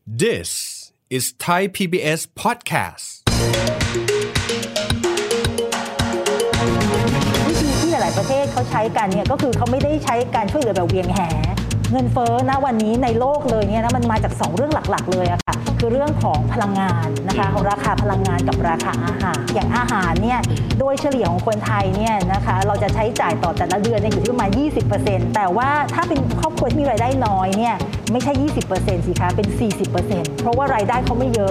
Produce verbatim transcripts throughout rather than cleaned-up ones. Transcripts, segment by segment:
This is Thai พี บี เอส podcast วิธีที่หลายๆประเทศเขาใช้กันเนี่ยก็คือเขาไม่ได้ใช้การช่วยเหลือแบบเวียงแหเงินเฟ้อนะวันนี้ในโลกเลยเนี่ยนะมันมาจากสองเรื่องหลักๆเลยอะค่ะคือเรื่องของพลังงานนะคะของราคาพลังงานกับราคาอาหารอย่างอาหารเนี่ยโดยเฉลี่ยของคนไทยเนี่ยนะคะเราจะใช้จ่ายต่อแต่ละเดือนเนี่ยอยู่ที่ประมาณ ยี่สิบเปอร์เซ็นต์ แต่ว่าถ้าเป็นครอบครัวที่มีรายได้น้อยเนี่ยไม่ใช่ ยี่สิบเปอร์เซ็นต์ สิคะเป็น สี่สิบเปอร์เซ็นต์ เพราะว่ารายได้เขาไม่เยอะ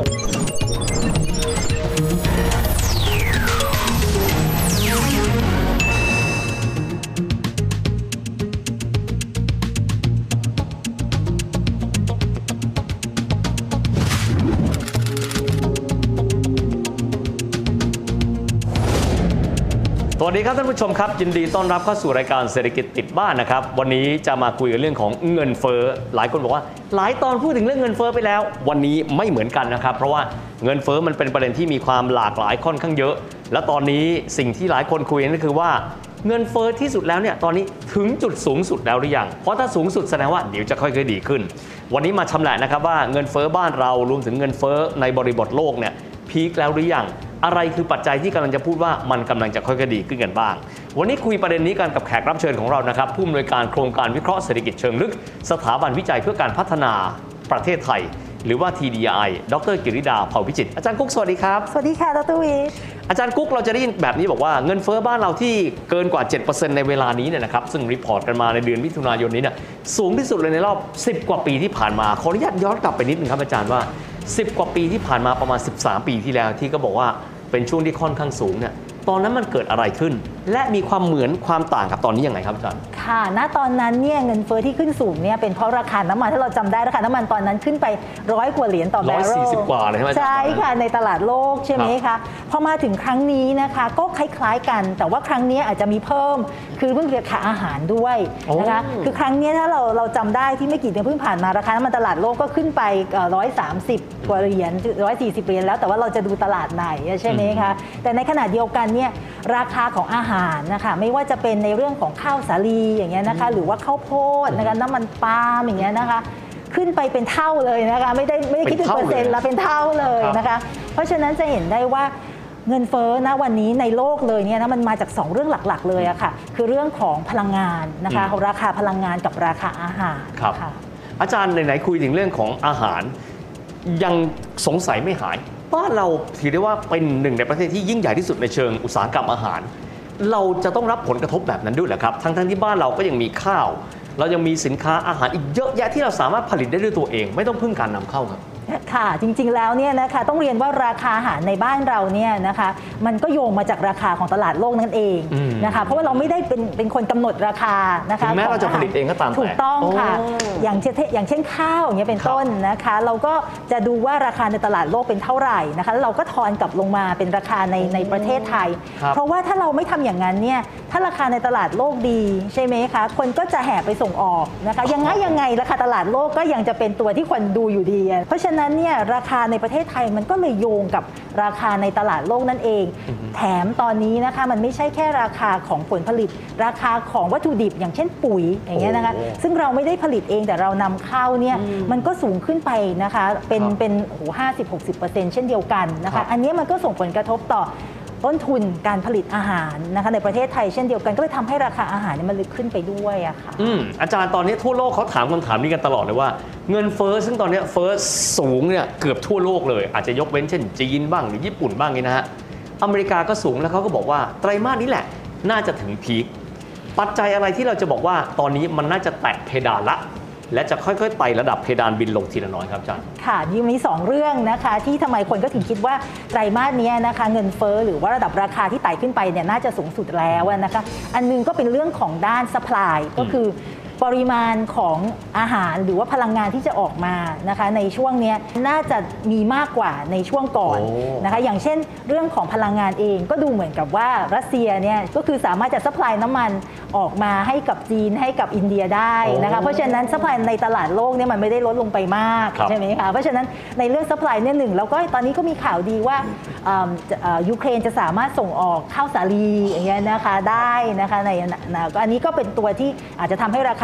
สวัสดีครับท่านผู้ชมครับยินดีต้อนรับเข้าสู่รายการเศรษฐกิจติดบ้านนะครับวันนี้จะมาคุยกันเรื่องของเงินเฟ้อหลายคนบอกว่าหลายตอนพูดถึงเรื่องเงินเฟ้อไปแล้ววันนี้ไม่เหมือนกันนะครับเพราะว่าเงินเฟ้อมันเป็นประเด็นที่มีความหลากหลายค่อนข้างเยอะและตอนนี้สิ่งที่หลายคนคุยนั่นคือว่าเงินเฟ้อที่สุดแล้วเนี่ยตอนนี้ถึงจุดสูงสุดแล้วหรือยังเพราะถ้าสูงสุดแสดงว่าเดี๋ยวจะค่อยๆดีขึ้นวันนี้มาชำแหละนะครับว่าเงินเฟ้อบ้านเรารวมถึงเงินเฟ้อในบริบทโลกเนี่ยพีคแล้วหรือยังอะไรคือปัจจัยที่กำลังจะพูดว่ามันกำลังจะค่อยๆดีขึ้นกันบ้างวันนี้คุยประเด็นนี้กันกับแขกรับเชิญของเรานะครับผู้อำนวยการโครงการวิเคราะห์เศรษฐกิจเชิงลึกสถาบันวิจัยเพื่อการพัฒนาประเทศไทยหรือว่า ที ดี ไอ ดร.กิริดาเผ่าพิจิตรอาจารย์กุ๊กสวัสดีครับสวัสดีค่ะดร.วีอาจารย์กุ๊กเราจะได้ยินแบบนี้บอกว่าเงินเฟ้อบ้านเราที่เกินกว่า เจ็ดเปอร์เซ็นต์ ในเวลานี้เนี่ยนะครับซึ่งรีพอร์ตกันมาในเดือนมิถุนายนนี้เนี่ยสูงที่สุดเลยในรอบสิบกว่าปีที่ผ่านมาขออนุญาตย้อนกลับไปนิดนึงครับอาจารย์ว่าสิบกว่าปีที่ผ่านมาประมาณสิบสามปีที่แล้วที่ก็บอกว่าเป็นช่วงที่ค่อนข้างสูงเนี่ยตอนนั้นมันเกิดอะไรขึ้นและมีความเหมือนความต่างกับตอนนี้ยังไงครับอาจารย์ค่ะณตอนนั้นเนี่ยเงินเฟ้อที่ขึ้นสูงเนี่ยเป็นเพราะราคาน้ำมันถ้าเราจำได้ราคาน้ำมันตอนนั้นขึ้นไปร้อยกว่าเหรียญต่อแบเรลร้อยสี่สิบกว่าเลยใช่ไหมใช่ค่ะในตลาดโลกใช่ไหมคะพอมาถึงครั้งนี้นะคะก็คล้ายๆกันแต่ว่าครั้งนี้อาจจะมีเพิ่มคือเรื่องราคาอาหารด้วยนะคะคือครั้งนี้ถ้าเราเราจำได้ที่ไม่กี่เดือนเพิ่งผ่านมาราคาน้ำมันตลาดโลกก็ขึ้นไปร้อยสามสิบกว่าเหรียญร้อยสี่สิบเหรียญแล้วแต่ว่าเราจะดูตลาดไหนใช่ไหมคะแต่ในขณะเดียวกันเนี่ยราคาของอาหารนะคะไม่ว่าจะเป็นในเรื่องของข้าวสาลีอย่างเงี้ยนะคะหรือว่าข้าวโพดนะคะน้ำมันปาล์มอย่างเงี้ยนะคะขึ้นไปเป็นเท่าเลยนะคะไม่ได้ไม่ได้คิดเป็นเปอร์เซ็นต์ละเป็นเท่าเลยนะคะเพราะฉะนั้นจะเห็นได้ว่าเงินเฟ้อนะวันนี้ในโลกเลยเนี่ยนะมันมาจากสองเรื่องหลักๆเลยอะค่ะคือเรื่องของพลังงานนะคะของราคาพลังงานกับราคาอาหารครับอาจารย์ไหนๆคุยถึงเรื่องของอาหารยังสงสัยไม่หายบ้านเราถือได้ว่าเป็นหนึ่งในประเทศที่ยิ่งใหญ่ที่สุดในเชิงอุตสาหกรรมอาหารเราจะต้องรับผลกระทบแบบนั้นด้วยเหรอครับทั้งๆที่บ้านเราก็ยังมีข้าวเรายังมีสินค้าอาหารอีกเยอะแยะที่เราสามารถผลิตได้ด้วยตัวเองไม่ต้องพึ่งการนำเข้าครับค่ะจริงๆแล้วเนี่ยนะคะต้องเรียนว่าราคาอาหารในบ้านเราเนี่ยนะคะมันก็โยงมาจากราคาของตลาดโลกนั่นเองนะคะเพราะว่าเราไม่ได้เป็นเป็นคนกำหนดราคานะคะแม้เราจะผลิตเองก็ตามถูกต้องค่ะอย่างเช่นอย่างเช่นข้าวอย่างเงี้ยเป็นต้นนะคะเราก็จะดูว่าราคาในตลาดโลกเป็นเท่าไหร่นะคะแล้วเราก็ทอนกลับลงมาเป็นราคาในในประเทศไทยเพราะว่าถ้าเราไม่ทำอย่างนั้นเนี่ยถ้าราคาในตลาดโลกดีใช่ไหมคะคนก็จะแห่ไปส่งออกนะคะยังไงยังไงราคาตลาดโลกก็ยังจะเป็นตัวที่คนดูอยู่ดีเพราะฉะนั้นเนี่ยราคาในประเทศไทยมันก็เลยโยงกับราคาในตลาดโลกนั่นเองแถมตอนนี้นะคะมันไม่ใช่แค่ราคาของผลผลิตราคาของวัตถุดิบอย่างเช่นปุ๋ยอย่างเงี้ยนะคะซึ่งเราไม่ได้ผลิตเองแต่เรานำเข้าเนี่ยมันก็สูงขึ้นไปนะคะเป็นเป็นโอ้โหห้าสิบหกสิบเปอร์เซ็นต์เช่นเดียวกันนะคะอันนี้มันก็ส่งผลกระทบต่อต้นทุนการผลิตอาหารนะคะในประเทศไทยเช่นเดียวกันก็เลยทำให้ราคาอาหารมันลึกขึ้นไปด้วยอะค่ะอืมอาจารย์ตอนนี้ทั่วโลกเขาถามคำถามนี้กันตลอดเลยว่าเงินเฟ้อซึ่งตอนนี้เฟ้อสูงเนี่ยเกือบทั่วโลกเลยอาจจะยกเว้นเช่นจีนบ้างหรือญี่ปุ่นบ้างนี่นะฮะอเมริกาก็สูงแล้วเขาก็บอกว่าไตรมาสนี้แหละน่าจะถึงพีคปัจจัยอะไรที่เราจะบอกว่าตอนนี้มันน่าจะแตะเพดานละและจะค่อยๆไต่ระดับเพดานบินลงทีละน้อยครับอาจารย์ค่ะมีสองเรื่องนะคะที่ทำไมคนก็ถึงคิดว่าไตรมาสนี้นะคะเงินเฟ้อหรือว่าระดับราคาที่ไต่ขึ้นไปเนี่ยน่าจะสูงสุดแล้วนะคะอันนึงก็เป็นเรื่องของด้านซัพพลายก็คือปริมาณของอาหารหรือว่าพลังงานที่จะออกมานะคะในช่วงนี้น่าจะมีมากกว่าในช่วงก่อนนะคะอย่างเช่นเรื่องของพลังงานเองก็ดูเหมือนกับว่ารัสเซียเนี่ยก็คือสามารถจะซัพพลายน้ำมันออกมาให้กับจีนให้กับอินเดียได้นะคะเพราะฉะนั้นซัพพลายในตลาดโลกเนี่ยมันไม่ได้ลดลงไปมากใช่ไหมคะเพราะฉะนั้นในเรื่องซัพพลายเนี่ยหนึ่งแล้วก็ตอนนี้ก็มีข่าวดีว่ายูเครนจะสามารถส่งออกข้าวสาลีอย่างเงี้ยนะคะได้นะคะในอันนี้ก็เป็นตัวที่อาจจะทำให้ราคา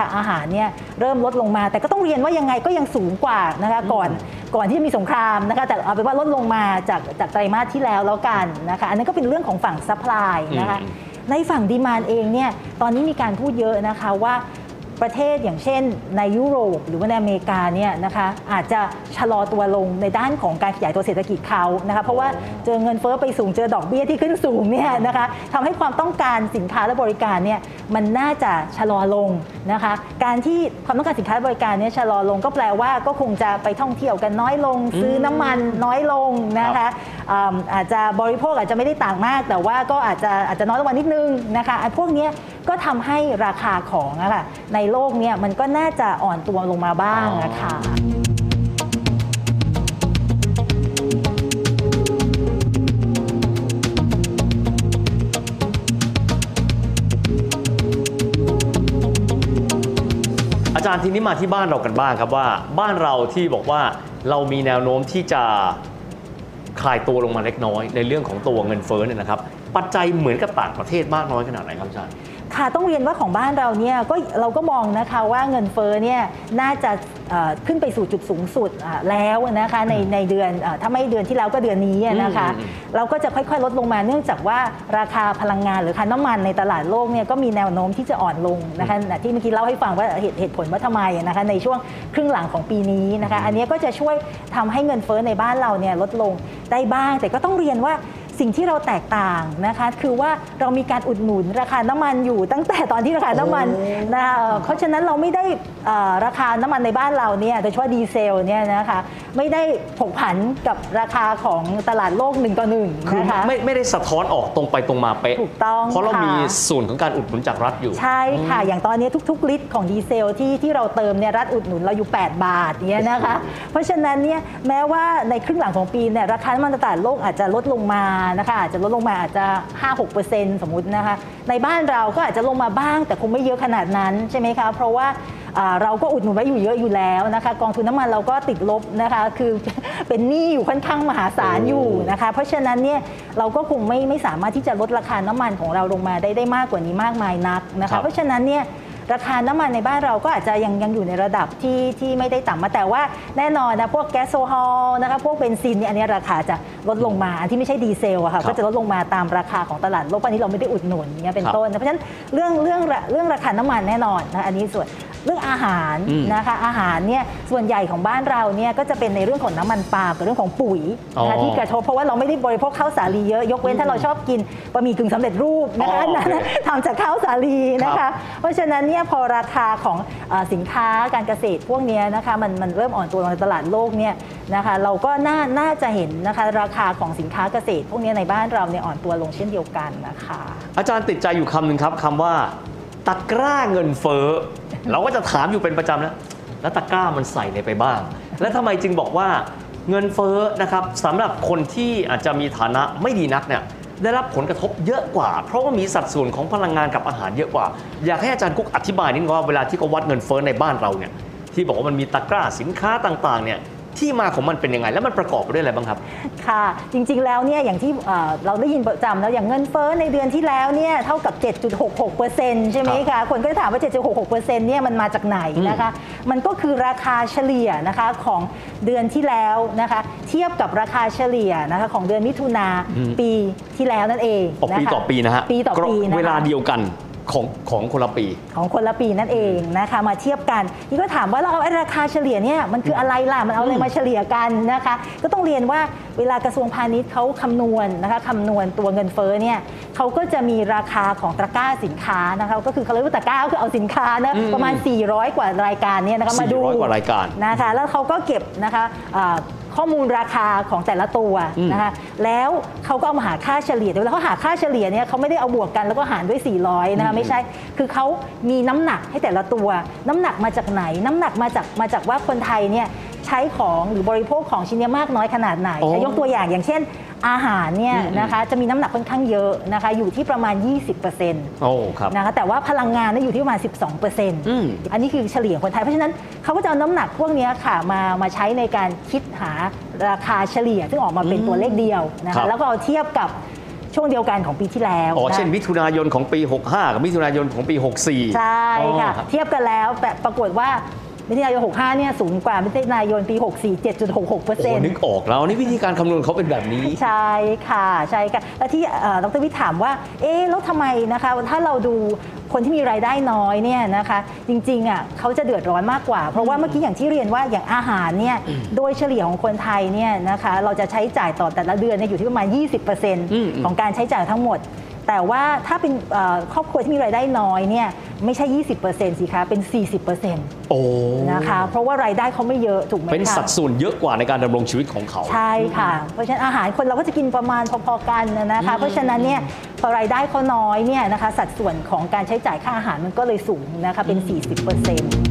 าอาหารเนี่ยเริ่มลดลงมาแต่ก็ต้องเรียนว่ายังไงก็ยังสูงกว่านะคะก่อนก่อนที่จะมีสงครามนะคะแต่เอาเป็นว่าลดลงมาจากจากไตรมาสที่แล้วแล้วกันนะคะอันนั้นก็เป็นเรื่องของฝั่งซัพพลายนะคะในฝั่งดีมานด์เองเนี่ยตอนนี้มีการพูดเยอะนะคะว่าประเทศอย่างเช่นในยุโรปหรือว่าในอเมริกาเนี่ยนะคะอาจจะชะลอตัวลงในด้านของการขยายตัวเศรษฐกิจเขานะคะเพราะว่าเจอเงินเฟ้อไปสูงเจอดอกเบี้ยที่ขึ้นสูงเนี่ยนะคะทำให้ความต้องการสินค้าและบริการเนี่ยมันน่าจะชะลอลงนะคะการที่ความต้องการสินค้าและบริการเนี่ยชะลอลงก็แปลว่าก็คงจะไปท่องเที่ยวกันน้อยลงซื้อน้ำมันน้อยลงนะคะอาจจะบริโภคอาจจะไม่ได้ต่างมากแต่ว่าก็อาจจะอาจจะน้อยลงมานิดนึงนะคะพวกนี้ก็ทำให้ราคาของอะค่ะในโลกเนี่ยมันก็น่าจะอ่อนตัวลงมาบ้างนะคะอาจารย์ทีนี้มาที่บ้านเรากันบ้างครับว่าบ้านเราที่บอกว่าเรามีแนวโน้มที่จะคลายตัวลงมาเล็กน้อยในเรื่องของตัวเงินเฟ้อเนี่ยนะครับปัจจัยเหมือนกับต่างประเทศมากน้อยขนาดไหนครับอาจารย์ค่ะต้องเรียนว่าของบ้านเราเนี่ยก็เราก็มองนะคะว่าเงินเฟ้อเนี่ยน่าจะขึ้นไปสู่จุดสูงสุดแล้วนะคะในในเดือนถ้าไม่เดือนที่แล้วก็เดือนนี้นะคะเราก็จะค่อยๆลดลงมาเนื่องจากว่าราคาพลังงานหรือราคาน้ำมันในตลาดโลกเนี่ยก็มีแนวโน้มที่จะอ่อนลงนะคะที่เมื่อกี้เล่าให้ฟังว่าเหตุเหตุผลว่าทำไมนะคะในช่วงครึ่งหลังของปีนี้นะคะอันนี้ก็จะช่วยทำให้เงินเฟ้อในบ้านเราเนี่ยลดลงได้บ้างแต่ก็ต้องเรียนว่าสิ่งที่เราแตกต่างนะคะคือว่าเรามีการอุดหนุนราคาน้ำมันอยู่ตั้งแต่ตอนที่ราคาน้ำมันนะคะเพราะฉะนั้นเราไม่ได้ราคาน้ำมันในบ้านเราเนี่ยโดยเฉพาะดีเซลเนี่ยนะคะไม่ได้ผกผันกับราคาของตลาดโลกหนึ่งต่อหนึ่งนะคะไม่ไม่ได้สะท้อนออกตรงไปตรงมาเป๊ะถูกต้องเพราะเรามีส่วนของการอุดหนุนจากรัฐอยู่ใช่ค่ะอย่างตอนนี้ทุกๆลิตรของดีเซลที่ที่เราเติมเนี่ยรัฐอุดหนุนเราอยู่แปดบาทเนี่ยนะคะเพราะฉะนั้นเนี่ยแม้ว่าในครึ่งหลังของปีเนี่ยราคาน้ำมันตลาดโลกอาจจะลดลงมานะคะอาจจะลดลงมาอาจจะ ห้าถึงหกเปอร์เซ็นต์ สมมุตินะคะในบ้านเราก็อาจจะลงมาบ้างแต่คงไม่เยอะขนาดนั้นใช่ไหมคะเพราะว่าเราก็อุดหนุนไว้อยู่เยอะอยู่แล้วนะคะกองทุนน้ำมันเราก็ติดลบนะคะคือเป็นหนี้อยู่ค่อนข้างมหาศาลอยู่นะคะเพราะฉะนั้นเนี่ยเราก็คงไม่ไม่สามารถที่จะลดราคาน้ำมันของเราลงมาได้ได้มากกว่านี้มากมายนักนะคะเพราะฉะนั้นเนี่ยราคาน้ำมันในบ้านเราก็อาจจะยังยังอยู่ในระดับที่ที่ไม่ได้ต่ำมาแต่ว่าแน่นอนนะพวกแก๊สโซฮอลนะคะพวกเบนซินเนี่ยอันนี้ราคาจะลดลงมาอันที่ไม่ใช่ดีเซลอะค่ะก็จะลดลงมาตามราคาของตลาดโลกอันนี้เราไม่ได้อุดหนุนเนี่ยเป็นต้นเพราะฉะนั้นเรื่องเรื่องเรื่องราคาน้ำมันแน่นอนนะอันนี้ส่วนเรื่องอาหารนะคะอาหารเนี่ยส่วนใหญ่ของบ้านเราเนี่ยก็จะเป็นในเรื่องของน้ำมันปาล์มกับเรื่องของปุ๋ยนะคะที่กระทบเพราะว่าเราไม่ได้บริโภคข้าวสาลีเยอะยกเว้นถ้าเราชอบกินบะหมี่กึ่งสำเร็จรูปนะคะทำจากข้าวสาลีนะคะเพราะฉะนั้นเนี่ยพอราคาของสินค้าการเกษตรพวกนี้นะคะมันมันเริ่มอ่อนตัวลงในตลาดโลกเนี่ยนะคะเราก็น่าน่าจะเห็นนะคะราคาของสินค้าเกษตรพวกนี้ในบ้านเราเนี่ยอ่อนตัวลงเช่นเดียวกันนะคะอาจารย์ติดใจอยู่คำหนึ่งครับคำว่าตะกร้าเงินเฟ้อเราก็จะถามอยู่เป็นประจำแล้วแล้วตะกร้ามันใส่อะไรไปบ้างและทำไมจึงบอกว่าเงินเฟ้อนะครับสำหรับคนที่อาจจะมีฐานะไม่ดีนักเนี่ยได้รับผลกระทบเยอะกว่าเพราะว่ามีสัดส่วนของพลังงานกับอาหารเยอะกว่าอยากให้อาจารย์กุ๊กอธิบายนิดนึงว่าเวลาที่เขาวัดเงินเฟ้อในบ้านเราเนี่ยที่บอกว่ามันมีตะกร้าสินค้าต่างๆเนี่ยที่มาของมันเป็นยังไงแล้วมันประกอบไปด้วยอะไรบ้างครับค่ะจริงๆแล้วเนี่ยอย่างที่เราได้ยินประจำแล้วอย่างเงินเฟ้อในเดือนที่แล้วเนี่ยเท่ากับ เจ็ดจุดหกหกเปอร์เซ็นต์ ใช่ไหมคะคนก็จะถามว่า เจ็ดจุดหกหกเปอร์เซ็นต์ เนี่ยมันมาจากไหนนะคะมันก็คือราคาเฉลี่ยนะคะของเดือนที่แล้วนะคะเทียบกับราคาเฉลี่ยนะคะของเดือนมิถุนาปีที่แล้วนั่นเองนะคะปีต่อปีนะฮะปีต่อปีนะคะเวลาเดียวกันของของคนละปีของคนละปีนั่นเองนะคะมาเทียบกันนี่ก็ถามว่าเราเอาไอ้ราคาเฉลี่ยเนี่ยมันคืออะไรล่ะมันเอาอะไรมาเฉลี่ยกันนะคะก็ต้องเรียนว่าเวลากระทรวงพาณิชย์เขาคำนวณนะคะคำนวณตัวเงินเฟ้อเนี่ยเขาก็จะมีราคาของตะกร้าสินค้านะคะก็คือเขาเรียกว่าตะกร้าคือเอาสินค้านะประมาณสี่ร้อยกว่ารายการเนี่ยนะคะมาดูสี่ร้อยกว่ารายการนะคะแล้วเขาก็เก็บนะคะข้อมูลราคาของแต่ละตัวนะคะแล้วเขาก็เอามาหาค่าเฉลี่ยเวลาเขาหาค่าเฉลี่ยเนี่ยเขาไม่ได้เอาบวกกันแล้วก็หารด้วยสี่ร้อยนะคะไม่ใช่คือเขามีน้ำหนักให้แต่ละตัวน้ำหนักมาจากไหนน้ำหนักมาจากมาจากว่าคนไทยเนี่ยใช้ของหรือบริโภคของชิ้นนี้มากน้อยขนาดไหนยกตัวอย่างอย่างเช่นอาหารเนี่ยนะคะจะมีน้ำหนักค่อนข้างเยอะนะคะอยู่ที่ประมาณ ยี่สิบเปอร์เซ็นต์โอ้ครับนะคะแต่ว่าพลังงานเนี่ยอยู่ที่ประมาณ สิบสองเปอร์เซ็นต์ อ, อันนี้คือเฉลี่ยคนไทยเพราะฉะนั้นเขาก็จะเอาน้ำหนักพวกนี้ค่ะมามาใช้ในการคิดหาราคาเฉลี่ยซึ่งออกมาเป็นตัวเลขเดียวนะคะแล้วก็เอาเทียบกับช่วงเดียวกันของปีที่แล้วอ๋อนะเช่นมิถุนายนของปีหกห้ากับมิถุนายนของปีหกสี่ใช่ค่ะเทียบกันแล้วปรากฏว่ามิถุนายนหกห้าเนี่ยสูงกว่ามิถุนายนปีหกสี่ เจ็ดจุดหกหกเปอร์เซ็นต์โอ้นึกออกแล้วนี่วิธีการคำนวณเขาเป็นแบบนี้ใช่ค่ะใช่ค่ะแล้วที่ดร.วิทย์ถามว่าเอ๊ะแล้วทำไมนะคะถ้าเราดูคนที่มีรายได้น้อยเนี่ยนะคะจริงๆอ่ะเขาจะเดือดร้อนมากกว่าเพราะว่าเมื่อกี้อย่างที่เรียนว่าอย่างอาหารเนี่ยโดยเฉลี่ยของคนไทยเนี่ยนะคะเราจะใช้จ่ายต่อแต่ละเดือนเนี่ยอยู่ที่ประมาณ ยี่สิบเปอร์เซ็นต์ ของการใช้จ่ายทั้งหมดแต่ว่าถ้าเป็นครอบครัวที่มีรายได้น้อยเนี่ยไม่ใช่ ยี่สิบเปอร์เซ็นต์ สิคะเป็น สี่สิบเปอร์เซ็นต์โอ้นะคะเพราะว่ารายได้เขาไม่เยอะถูกไหมคะเป็นสัดส่วนเยอะกว่าในการดำรงชีวิตของเขาใช่ค่ะเพราะฉะนั้นอาหารคนเราก็จะกินประมาณพอๆกันนะคะเพราะฉะนั้นเนี่ยพอรายได้เขาน้อยเนี่ยนะคะสัดส่วนของการใช้จ่ายค่าอาหารมันก็เลยสูงนะคะเป็น สี่สิบเปอร์เซ็นต์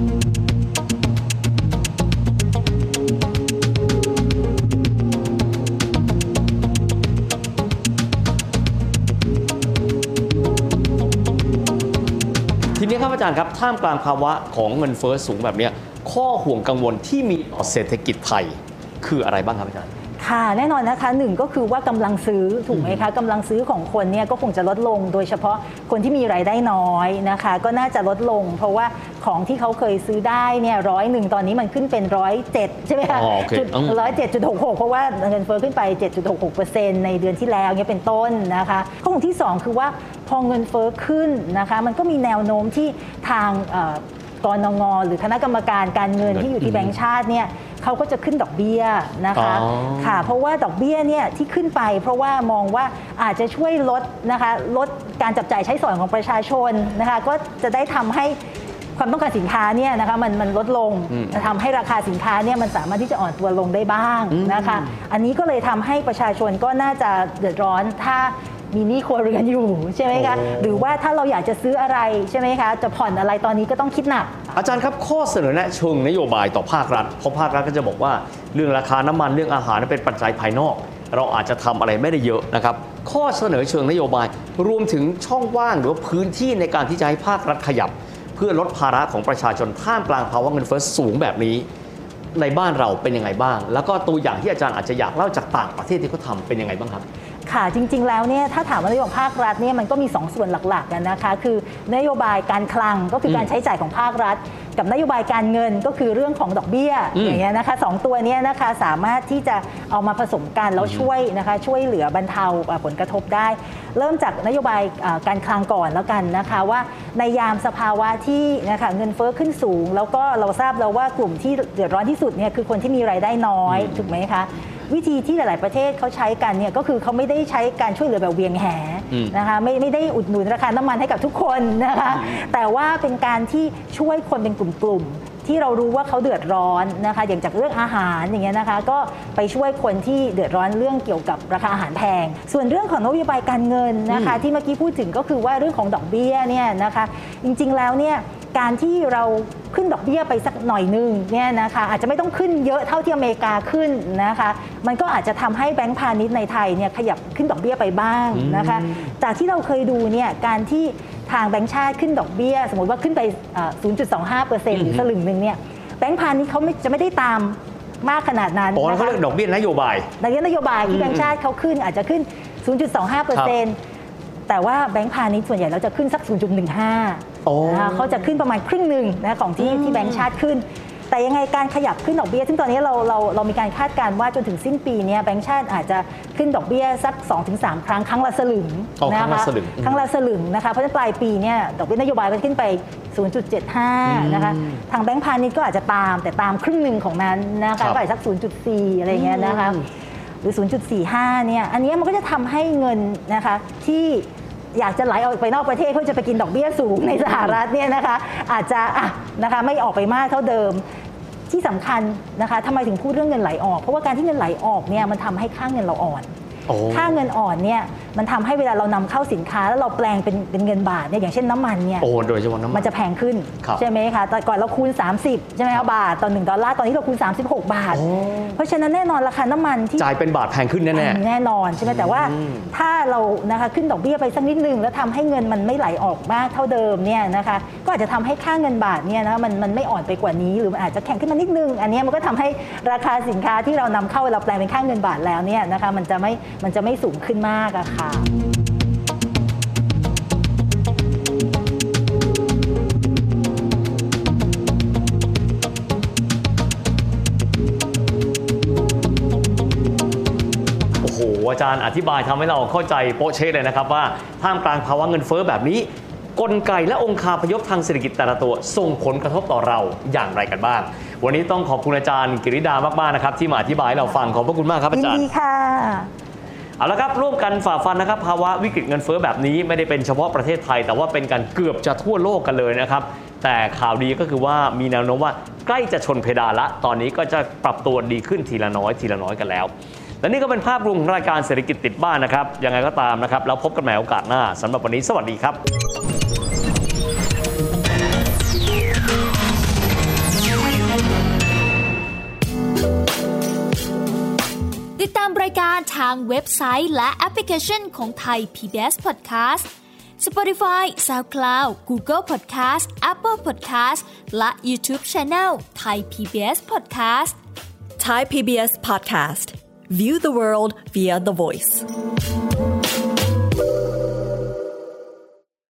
ทีนี้ครับอาจารย์ครับท่ามกลางภาวะของเงินเฟ้อสูงแบบนี้ข้อห่วงกังวลที่มีต่อเศรษฐกิจไทยคืออะไรบ้างครับอาจารย์ค่ะแน่นอนนะคะหนึ่งก็คือว่ากำลังซื้อถูกไหมคะกำลังซื้อของคนเนี่ยก็คงจะลดลงโดยเฉพาะคนที่มีรายได้น้อยนะคะก็น่าจะลดลงเพราะว่าของที่เขาเคยซื้อได้เนี่ยร้อยหนึ่งตอนนี้มันขึ้นเป็นร้อยเจ็ดใช่ไหมคะร้อยเจ็ดจุดหกหกเพราะว่าเงินเฟ้อขึ้นไป เจ็ดจุดหกหกเปอร์เซ็นต์ ในเดือนที่แล้วเนี่ยเป็นต้นนะคะข้อมูลที่สองคือว่าพอเงินเฟ้อขึ้นนะคะมันก็มีแนวโน้มที่ทางกนง.หรือคณะกรรมการการเงินที่อยู่ที่แบงก์ชาติเนี่ยเขาก็จะขึ้นดอกเบี้ยนะคะค่ะเพราะว่าดอกเบี้ยเนี่ยที่ขึ้นไปเพราะว่ามองว่าอาจจะช่วยลดนะคะลดการจับจ่ายใช้สอยของประชาชนนะคะก็จะได้ทำให้ความต้องการสินค้าเนี่ยนะคะมันมันลดลงจะทำให้ราคาสินค้าเนี่ยมันสามารถที่จะอ่อนตัวลงได้บ้างนะคะอันนี้ก็เลยทำให้ประชาชนก็น่าจะเดือดร้อนถ้ามีหนี้ครัวเรือนอยู่ใช่ไหมคะหรือว่าถ้าเราอยากจะซื้ออะไรใช่ไหมคะจะผ่อนอะไรตอนนี้ก็ต้องคิดหนักอาจารย์ครับข้อเสนอแนะเชิงนโยบายต่อภาครัฐเพราะภาครัฐก็จะบอกว่าเรื่องราคาน้ำมันเรื่องอาหารนั้นเป็นปัจจัยภายนอกเราอาจจะทำอะไรไม่ได้เยอะนะครับข้อเสนอเชิงนโยบายรวมถึงช่องว่างหรือพื้นที่ในการที่จะให้ภาครัฐขยับเพื่อลดภาระของประชาชนท่ามกลางภาวะเงินเฟ้อสูงแบบนี้ในบ้านเราเป็นยังไงบ้างแล้วก็ตัวอย่างที่อาจารย์อาจจะอยากเล่าจากต่างประเทศที่เขาทำเป็นยังไงบ้างครับค่ะจริงๆแล้วเนี่ยถ้าถามว่านโยบายภาครัฐเนี่ยมันก็มีสองส่วนหลักๆกันนะคะคือนโยบายการคลังก็คือการใช้จ่ายของภาครัฐกับนโยบายการเงินก็คือเรื่องของดอกเบี้ยอย่างเงี้ยนะคะสองตัวนี้นะคะสามารถที่จะเอามาผสมกันแล้วช่วยนะคะช่วยเหลือบรรเทาผลกระทบได้เริ่มจากนโยบายการคลังก่อนแล้วกันนะคะว่าในยามสภาวะที่นะคะเงินเฟ้อขึ้นสูงแล้วก็เราทราบแล้วว่ากลุ่มที่เดือดร้อนที่สุดเนี่ยคือคนที่มีรายได้น้อยถูกไหมคะวิธีที่หลายๆประเทศเขาใช้กันเนี่ยก็คือเขาไม่ได้ใช้การช่วยเหลือแบบเวียงแหนะคะไม่ไม่ได้อุดหนุนราคาน้ำมันให้กับทุกคนนะคะแต่ว่าเป็นการที่ช่วยคนเป็นกลุ่มๆที่เรารู้ว่าเขาเดือดร้อนนะคะอย่างจากเรื่องอาหารอย่างเงี้ยนะคะก็ไปช่วยคนที่เดือดร้อนเรื่องเกี่ยวกับราคาอาหารแพงส่วนเรื่องของนโยบายการเงินนะคะที่เมื่อกี้พูดถึงก็คือว่าเรื่องของดอกเบี้ยเนี่ยนะคะจริงๆแล้วเนี่ยการที่เราขึ้นดอกเบี้ยไปสักหน่อยนึงเนี่ยนะคะอาจจะไม่ต้องขึ้นเยอะเท่าที่อเมริกาขึ้นนะคะมันก็อาจจะทำให้แบงก์พาณิชย์ในไทยเนี่ยขยับขึ้นดอกเบี้ยไปบ้างนะคะจากที่เราเคยดูเนี่ยการที่ทางแบงก์ชาติขึ้นดอกเบี้ยสมมติว่าขึ้นไป ศูนย์จุดสองห้าเปอร์เซ็นต์ หรือสลึงนึงเนี่ยแบงก์พาณิชย์เขาจะไม่ได้ตามมากขนาดนั้นอ๋อเขาเรียกดอกเบี้ยนโยบายดอกเบี้ยนโยบายที่แบงก์ชาติเขาขึ้นอาจจะขึ้น ศูนย์จุดสองห้าเปอร์เซ็นต์แต่ว่าแบงก์พาณิชย์ส่วนใหญ่เราจะขึ้นสัก ศูนย์จุดหนึ่งห้า นะคะเขาจะขึ้นประมาณครึ่งหนึ่งนะของที่ที่แบงก์ชาติขึ้นแต่ยังไงการขยับขึ้นดอกเบี้ยซึ่งตอนนี้เราเราเรามีการคาดการณ์ว่าจนถึงสิ้นปีนี้แบงก์ชาติอาจจะขึ้นดอกเบี้ยสัก สองถึงสาม ครั้งครั้งละสลึงนะคะครั้งละสลึงครั้งละสลึงนะคะเพราะฉะนั้นปลายปีนี้ดอกเบี้ยนโยบายก็ขึ้นไป ศูนย์จุดเจ็ดห้า นะคะทางแบงก์พาณิชย์ก็อาจจะตามแต่ตามครึ่งหนึ่งของนั้นนะคะก็อาจจะสัก ศูนย์จุดสี่ อะไรเงี้ยนะคะหรือ ศูนย์จุดสี่ห้า เนี่ยอันนี้มันก็จะทำให้เงินนะคะที่อยากจะไหลออกไปนอกประเทศเพื่อจะไปกินดอกเบี้ยสูงในสหรัฐเนี่ยนะคะอาจจะอ่ะนะคะไม่ออกไปมากเท่าเดิมที่สำคัญนะคะทำไมถึงพูดเรื่องเงินไหลออกเพราะว่าการที่เงินไหลออกเนี่ยมันทำให้ค่าเงินเราอ่อนค่าเงินอ่อนเนี่ยมันทำให้เวลาเรานำเข้าสินค้าแล้วเราแปลงเป็นเป็นเงินบาทเนี่ยอย่างเช่นน้ำมันเนี่ยโอ้โดยเฉพาะน้ำมันมันจะแพงขึ้นใช่ไหมคะแต่ก่อนเราคูณสามสิบใช่ไหมคะบาทต่อหนึ่งดอลลาร์ตอนนี้เราคูณสามสิบหกบาทเพราะฉะนั้นแน่นอนราคาน้ำมันที่จ่ายเป็นบาทแพงขึ้นแน่ๆแน่นอนใช่ไหมแต่ว่าถ้าเรานะคะขึ้นดอกเบี้ยไปสักนิดนึงแล้วทำให้เงินมันไม่ไหลออกมากเท่าเดิมเนี่ยนะคะก็อาจจะทำให้ค่าเงินบาทเนี่ยนะมันมันไม่อ่อนไปกว่านี้หรือมันอาจจะแข็งขึ้นมานิดนึงอันนี้มันก็ทำให้ราคาสินค้าที่เรานำเข้าเราแปลงเป็นค่าเงินบาทแล้วเนี่ยนะคะมันจะไม่มันจะไม่สูงขึ้นมากอะค่ะโอ้โหอาจารย์อธิบายทำให้เราเข้าใจโป๊ะเช๊ะเลยนะครับว่าท่ามกลางภาวะเงินเฟ้อแบบนี้กลไกและองค์คาพยพทางเศรษฐกิจแต่ละตัวส่งผลกระทบต่อเราอย่างไรกันบ้างวันนี้ต้องขอบคุณอาจารย์กิริดามากๆนะครับที่มาอธิบายให้เราฟังขอบพระคุณมากครับอาจารย์ยินดีค่ะเอาละครับร่วมกันฝ่าฟันนะครับภาวะวิกฤตเงินเฟ้อแบบนี้ไม่ได้เป็นเฉพาะประเทศไทยแต่ว่าเป็นการเกือบจะทั่วโลกกันเลยนะครับแต่ข่าวดีก็คือว่ามีแนวโน้มว่าใกล้จะชนเพดานละตอนนี้ก็จะปรับตัวดีขึ้นทีละน้อยทีละน้อยกันแล้วและนี่ก็เป็นภาพรวมของรายการเศรษฐกิจติดบ้านนะครับยังไงก็ตามนะครับแล้วพบกันใหม่โอกาสหน้าสำหรับวันนี้สวัสดีครับติดตามรายการทางเว็บไซต์และแอปพลิเคชันของไทย พี บี เอส Podcast Spotify, SoundCloud, Google Podcast, Apple Podcast และ YouTube Channel Thai พี บี เอส Podcast Thai พี บี เอส Podcast View the world via the voice